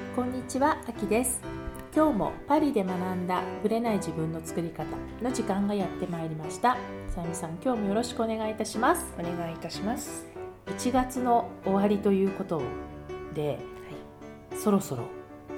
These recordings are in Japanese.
こんにちは、あきです。今日もパリで学んだぶれない自分の作り方の時間がやってまいりました。さゆみさん、今日もよろしくお願いいたします。 お願いいたします。 1月の終わりということで、そろそろ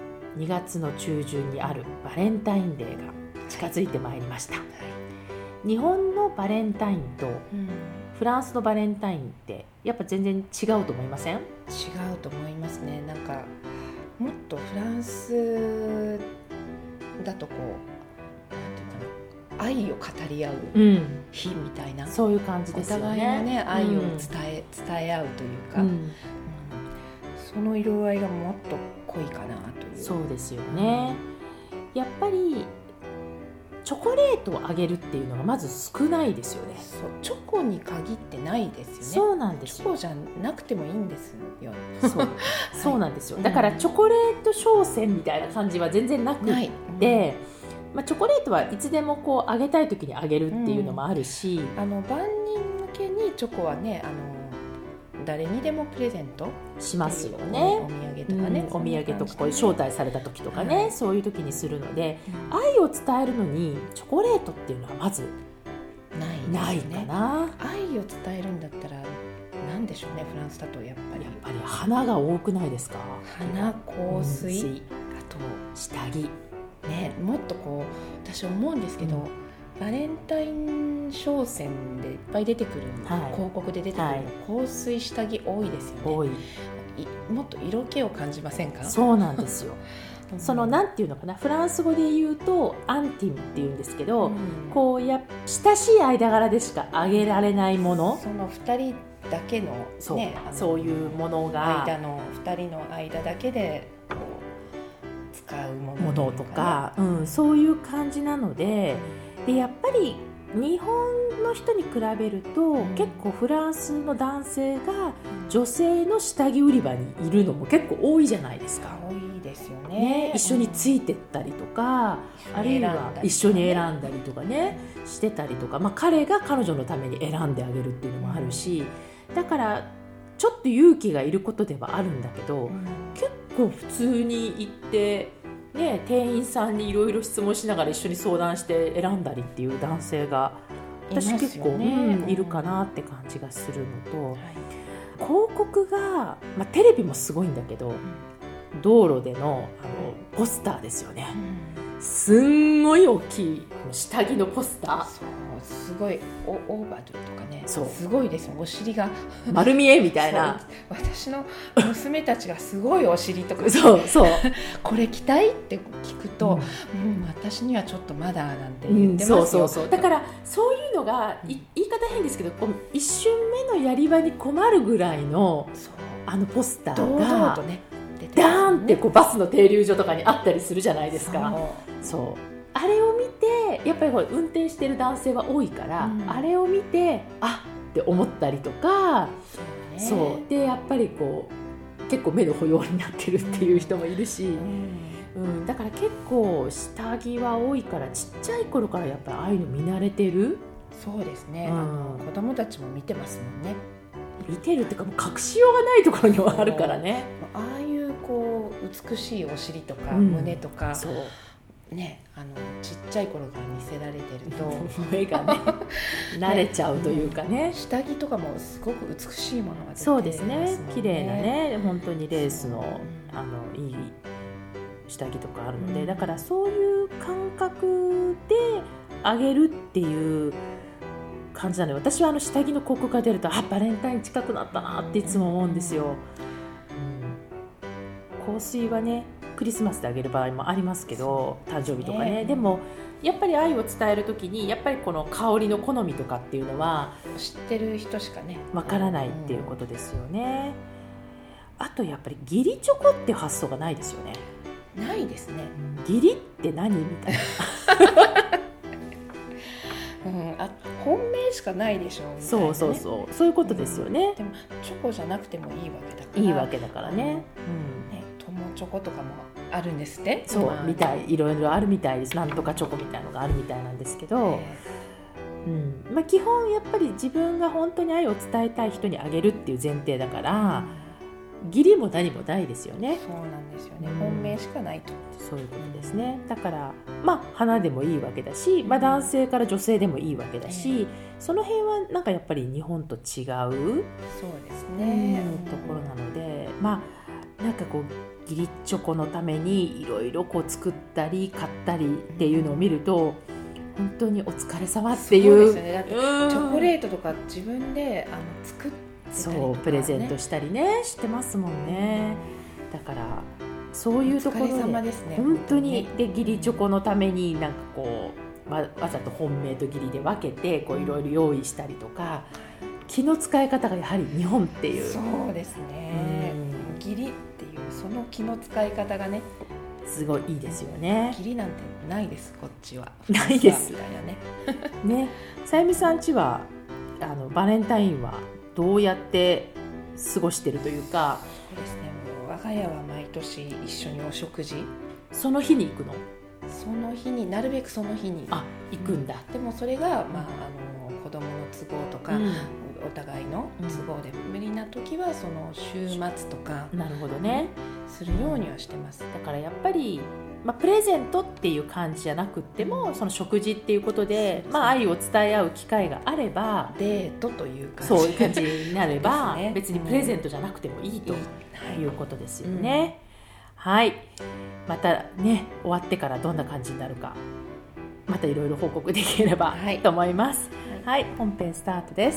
2月の中旬にあるバレンタインデーが近づいてまいりました。日本のバレンタインとフランスのバレンタインってやっぱ全然違うと思いません？ 違うと思いますね。なんかもっとフランスだとこうなんていうかな、愛を語り合う日みたいな、 そういう感じですよね。 お互いのね、愛を伝え合うというか、その色合いがもっと濃いかなという。 そうですよね。やっぱりチョコレートをあげるっていうのがまず少ないですよね。 そう、チョコに限ってないですよね。 そうなんですよ。 チョコじゃなくてもいいんですよ。 そうなんですよ。だからチョコレート商戦みたいな感じは全然なくて、チョコレートはいつでもこうあげたい時にあげるっていうのもあるし、 万人向けにチョコはね、誰にでもプレゼントしますよね。 お土産とかね、 お土産とかこういう招待された時とかね、そういう時にするので、愛を伝えるのにチョコレートっていうのはまずないかな。 愛を伝えるんだったら何でしょうね。フランスだとやっぱり花が多くないですか？ 花、香水、あと下着ね、もっとこう私思うんですけど、バレンタイン商戦でいっぱい出てくる、広告で出てくる、香水、下着多いですよね。 多い。 もっと色気を感じませんか？ そうなんですよ。そのなんていうのかな、フランス語で言うとアンティムっていうんですけど、こう親しい間柄でしかあげられないもの、 その2人だけの、ね、 そういうものが 2人の間だけでこう使うものとか、そういう感じなので、やっぱり日本の人に比べると、結構フランスの男性が女性の下着売り場にいるのも結構多いじゃないですか。 多いですよね。 一緒についてったりとか、あるいは一緒に選んだりとかね、してたりとか、彼が彼女のために選んであげるっていうのもあるし、だからちょっと勇気がいることではあるんだけど、結構普通に行ってね、店員さんにいろいろ質問しながら一緒に相談して選んだりっていう男性が私結構いるかなって感じがするのと、広告が、テレビもすごいんだけど、道路でのポスターですよね。すんごい大きい下着のポスター。 すごいオーバルとかね、すごいですよ。お尻が丸見えみたいな。 私の娘たちがすごいお尻とかこれ着たいって聞くと、私にはちょっとまだなんて言ってますよ。 だからそういうのが、言い方変ですけど、一瞬目のやり場に困るぐらいのポスターが堂々とね、 ダーンってこうバスの停留所とかにあったりするじゃないですか。あれを見て、やっぱり運転してる男性は多いから、あれを見てって思ったりとか、でやっぱりこう結構目の保養になってるっていう人もいるし、だから結構下着は多いから、ちっちゃい頃からやっぱりああいうの見慣れてる。 そうですね、子供たちも見てますもんね。 見てるっていうか、もう隠しようがないところにはあるからね。 ああいうこう美しいお尻とか胸とか、ね、ちっちゃい頃から見せられてると目がね慣れちゃうというかね、 下着とかもすごく美しいものが出てますそうですね。綺麗なね、本当にレースの、いい下着とかあるので、だからそういう感覚であげるっていう感じなので、私は下着の広告が出ると、バレンタイン近くなったなっていつも思うんですよ。香水はね、クリスマスであげる場合もありますけど、誕生日とかね、でもやっぱり愛を伝えるときに、やっぱりこの香りの好みとかっていうのは知ってる人しかねわからないっていうことですよね。あとやっぱり義理チョコって発想がないですよね。 ないですね。 義理って何みたいな本命しかないでしょみたいな、ね、 そういうことですよね。 でもチョコじゃなくてもいいわけだからね。 友チョコとかもあるんですって。 みたい、いろいろあるみたいです。なんとかチョコみたいなのがあるみたいなんですけど、基本やっぱり自分が本当に愛を伝えたい人にあげるっていう前提だから、 義理も何もないですよね。 そうなんですよね、本命しかないと。 そういうことですね。だから花でもいいわけだし、男性から女性でもいいわけだし、その辺はなんかやっぱり日本と違うそうですね、 ところなので、なんかこう義理チョコのためにいろいろこう作ったり買ったりっていうのを見ると、本当にお疲れ様っていう。 そうですよね。だってチョコレートとか自分で作ってたりとか、ね、 そうプレゼントしたりねしてますもんね。だからそういうところで、本当にで義理チョコのためになんかこうわざと本命と義理で分けてこういろいろ用意したりとか、気の使い方がやはり日本っていう。 そうですね、義理っていうその気の使い方がねすごいいいですよね。 義理なんてないです、こっちは。 ないですみたいなね。 ね、さゆみさんちはバレンタインはどうやって過ごしてるというか。 そうですね、もう我が家は毎年一緒にお食事、 その日に行くの？ その日になるべくその日に行くんだ。 でもそれが、子供の都合とか、お互いの都合で無理な時はその週末とか、 なるほどね、 するようにはしてます。 だからやっぱり、プレゼントっていう感じじゃなくっても、その食事っていうことで、愛を伝え合う機会があれば、 デートという感じ、 そういう感じになれば、 ね、 別にプレゼントじゃなくてもいいということですよね。はい、またね終わってからどんな感じになるかまたいろいろ報告できればと思います。はい、本編スタートです。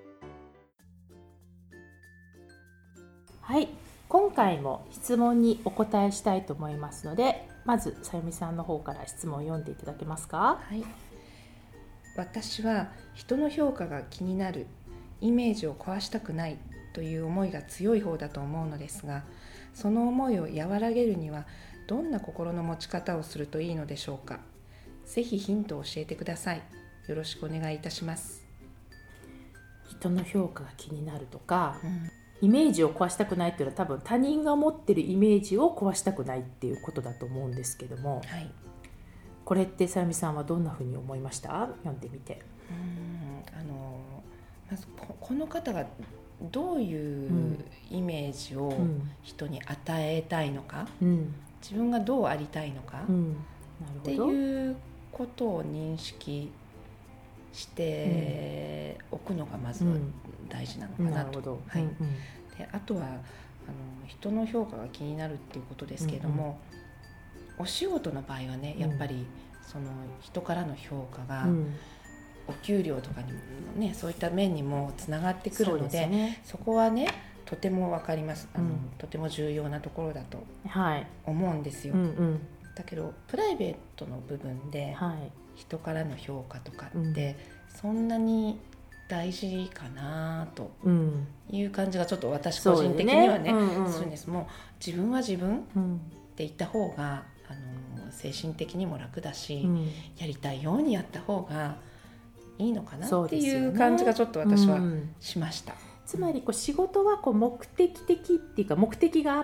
はい、今回も質問にお答えしたいと思いますので、まずさゆみさんの方から質問を読んでいただけますか？ はい、私は人の評価が気になる、イメージを壊したくないという思いが強い方だと思うのですが、その思いを和らげるにはどんな心の持ち方をするといいのでしょうか。ぜひヒントを教えてください。よろしくお願いいたします。 人の評価が気になるとか、イメージを壊したくないっていうのは多分他人が持ってるイメージを壊したくないっていうことだと思うんですけども、これってさゆみさんはどんなふうに思いました？読んでみて。 まずこの方がどういうイメージを人に与えたいのか、自分がどうありたいのか、っていうことを認識しておくのがまず大事なのかなと。であとは人の評価が気になるっていうことですけれども、お仕事の場合はね、やっぱりその人からの評価が、お給料とかにもね、そういった面にもつながってくるので、そこはねとても分かります。とても重要なところだと思うんですよ。だけどプライベートの部分で人からの評価とかってそんなに大事かなという感じがちょっと私個人的にはねするんです。もう自分は自分って言った方が精神的にも楽だし、やりたいようにやった方がいいのかなっていう感じがちょっと私はしました。 つまり仕事は目的的っていうか目的があって、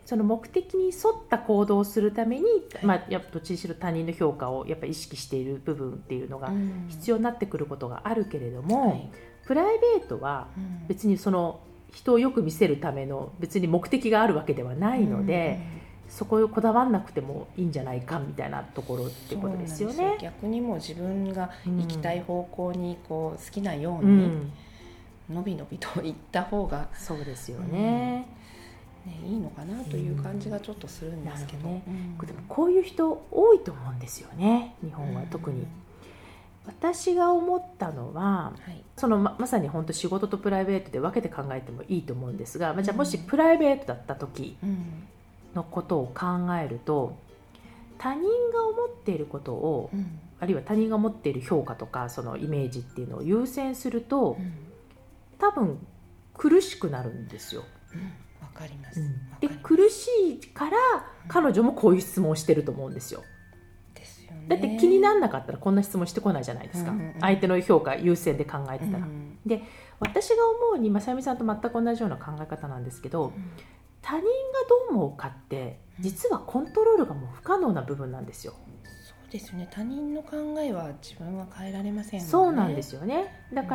その目的に沿った行動をするために、やっぱどっちにしろ他人の評価をやっぱ意識している部分っていうのが必要になってくることがあるけれども、プライベートは別にその人をよく見せるための別に目的があるわけではないので、そこをこだわんなくてもいいんじゃないかみたいなところってことですよね。 逆にもう自分が行きたい方向に好きなようにのびのびと行った方がそうですよね、 いいのかなという感じがちょっとするんですけど、 でもこういう人多いと思うんですよね、日本は特に。私が思ったのは、その まさに本当仕事とプライベートで分けて考えてもいいと思うんですが、じゃあもしプライベートだった時のことを考えると、他人が思っていることを、あるいは他人が持っている評価とかそのイメージっていうのを優先すると、多分苦しくなるんですよ。 わかります。 で苦しいから彼女もこういう質問をしてると思うんですよ。 ですよね。 だって気にならなかったらこんな質問してこないじゃないですか、相手の評価優先で考えてたら。で私が思うに、さゆみさんと全く同じような考え方なんですけど、他人がどう思うかって実はコントロールがもう不可能な部分なんですよ。 そうですよね。他人の考えは自分は変えられませんもんね。 そうなんですよね。だから、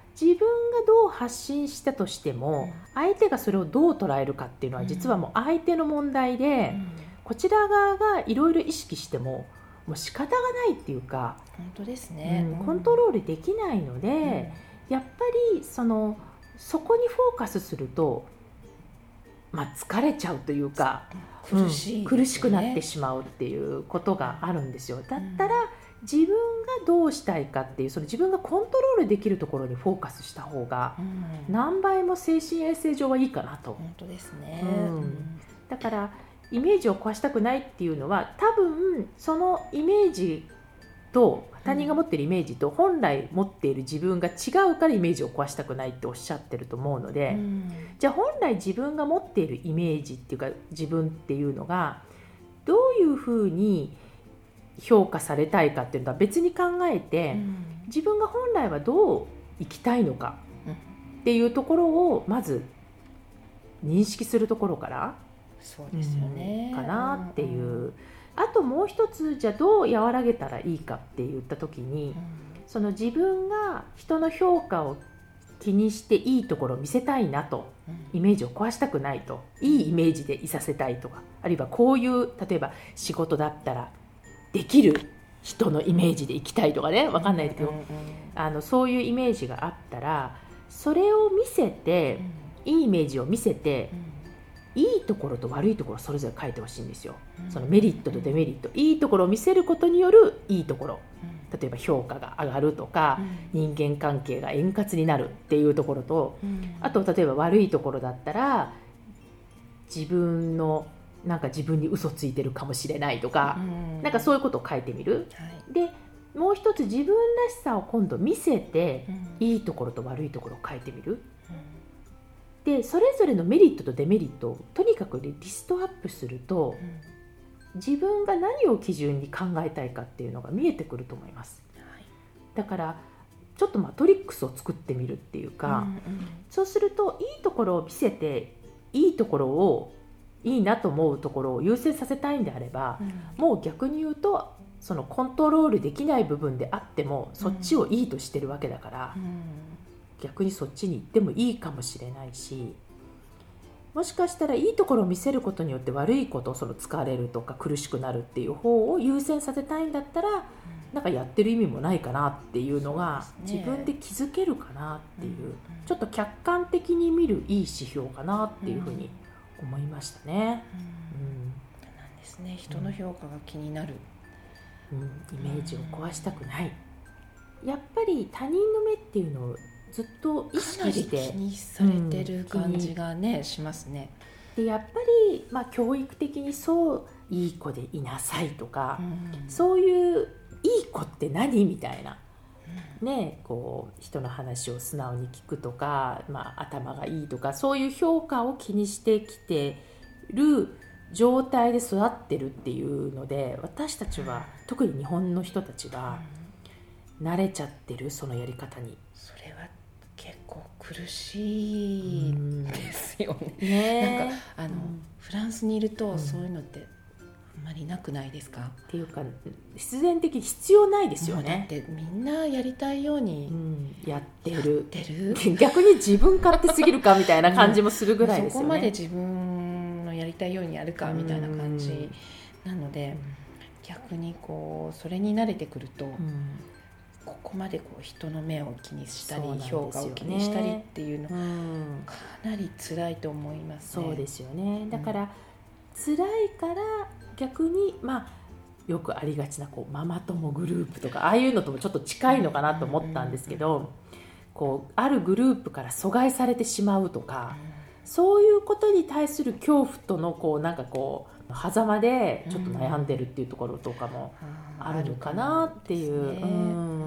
自分がどう発信したとしても、相手がそれをどう捉えるかっていうのは実はもう相手の問題で、こちら側がいろいろ意識してももう仕方がないっていうか、 本当ですね、 コントロールできないので、やっぱりそこにフォーカスすると、疲れちゃうというか、苦しくなってしまうっていうことがあるんですよ。だったら自分がどうしたいかっていう、その自分がコントロールできるところにフォーカスした方が何倍も精神衛生上はいいかなと。 本当ですね、 だからイメージを壊したくないっていうのは、多分そのイメージと他人が持っているイメージと本来持っている自分が違うからイメージを壊したくないっておっしゃってると思うので、じゃあ本来自分が持っているイメージっていうか自分っていうのがどういうふうに評価されたいかっていうのは別に考えて、自分が本来はどう生きたいのかっていうところをまず認識するところからそうですよね、 かなっていう、あともう一つ、じゃあどう和らげたらいいかって言った時に、その自分が人の評価を気にしていいところを見せたいなと、イメージを壊したくないと、いいイメージでいさせたいとか、あるいはこういう例えば仕事だったらできる人のイメージでいきたいとかね、分かんないけど、そういうイメージがあったら、それを見せて、いいイメージを見せて、いいところと悪いところをそれぞれ書いてほしいんですよ。そのメリットとデメリット、いいところを見せることによるいいところ、例えば評価が上がるとか、人間関係が円滑になるっていうところと、あと例えば悪いところだったら自分に嘘ついてるかもしれないとか、なんかそういうことを書いてみる、でもう一つ自分らしさを今度見せて、いいところと悪いところを書いてみる、でそれぞれのメリットとデメリットをとにかくリストアップすると、自分が何を基準に考えたいかっていうのが見えてくると思います、だからちょっとマトリックスを作ってみるっていうか、そうするといいところを見せて、いいところをいいなと思うところを優先させたいんであれば、もう逆に言うとそのコントロールできない部分であってもそっちをいいとしてるわけだから、逆にそっちに行ってもいいかもしれないし、もしかしたらいいところを見せることによって悪いこと、その疲れるとか苦しくなるっていう方を優先させたいんだったら、なんかやってる意味もないかなっていうのが自分で気づけるかなっていう、ちょっと客観的に見るいい指標かなっていうふうに思いましたね。 なんですね、人の評価が気になる、 イメージを壊したくない、やっぱり他人の目っていうのをずっと意識してかなり気にされてる感じがね、しますね。 でやっぱり、教育的にそういい子でいなさいとか、そういういい子って何みたいな、こう人の話を素直に聞くとか、頭がいいとか、そういう評価を気にしてきてる状態で育ってるっていうので、私たちは特に日本の人たちが慣れちゃってる、そのやり方に。 それは結構苦しいですよね。なんかフランスにいるとそういうのってあんまりなくないですか？ っていうか必然的に必要ないですよね。 だってみんなやりたいようにやってる逆に自分勝手すぎるかみたいな感じもするぐらいですよね。 そこまで自分のやりたいようにやるかみたいな感じなので、逆にこうそれに慣れてくると、ここまでこう人の目を気にしたり、評価を気にしたりっていうの、かなり辛いと思いますね。 そうですよね。だから、辛いから逆によくありがちなママ友グループとか、ああいうのともちょっと近いのかなと思ったんですけど、あるグループから阻害されてしまうとか、そういうことに対する恐怖との狭間でちょっと悩んでるっていうところとかもあるのかなっていう、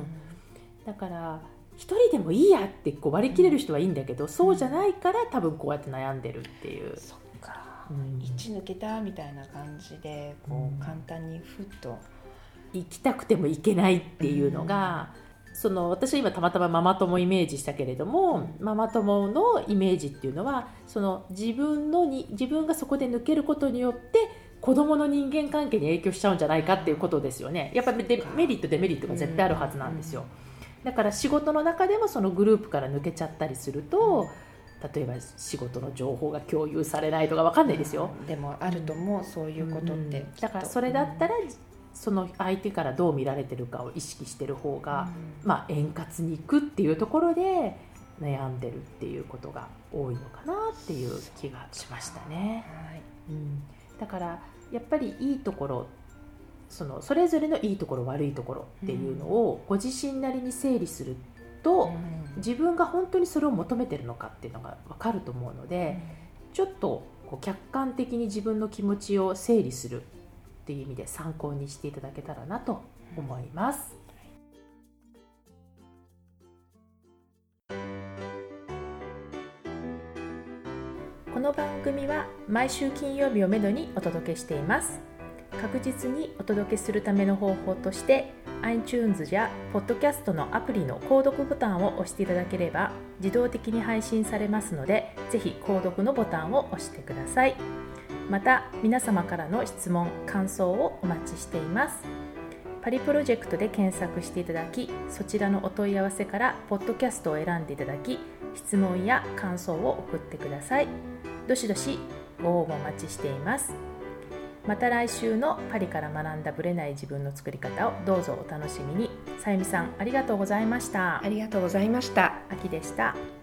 だから一人でもいいやって割り切れる人はいいんだけど、そうじゃないから多分こうやって悩んでるっていう。 そっか、一抜けたみたいな感じで簡単にふっと行きたくても行けないっていうのが、私は今たまたまママ友イメージしたけれども、ママ友のイメージっていうのは自分がそこで抜けることによって子供の人間関係に影響しちゃうんじゃないかっていうことですよね。やっぱりメリットデメリットが絶対あるはずなんですよ。 だから仕事の中でもそのグループから抜けちゃったりすると、例えば仕事の情報が共有されないとか分かんないですよ、 でもあると思う、そういうことって、 だからそれだったら、その相手からどう見られてるかを意識してる方が、円滑にいくっていうところで悩んでるっていうことが多いのかなっていう気がしましたね、だからやっぱりいいところ、それぞれのいいところ悪いところっていうのをご自身なりに整理すると、自分が本当にそれを求めてるのかっていうのが分かると思うので、ちょっと客観的に自分の気持ちを整理するっていう意味で参考にしていただけたらなと思います。この番組は毎週金曜日をめどにお届けしています。確実にお届けするための方法として iTunes や Podcast のアプリの購読ボタンを押していただければ自動的に配信されますので、ぜひ購読のボタンを押してください。また皆様からの質問・感想をお待ちしています。パリプロジェクトで検索していただき、そちらのお問い合わせからポッドキャストを選んでいただき、質問や感想を送ってください。どしどしご応募お待ちしています。また来週のパリから学んだブレない自分の作り方をどうぞお楽しみに。さゆみさん、ありがとうございました。 ありがとうございました。 あきでした。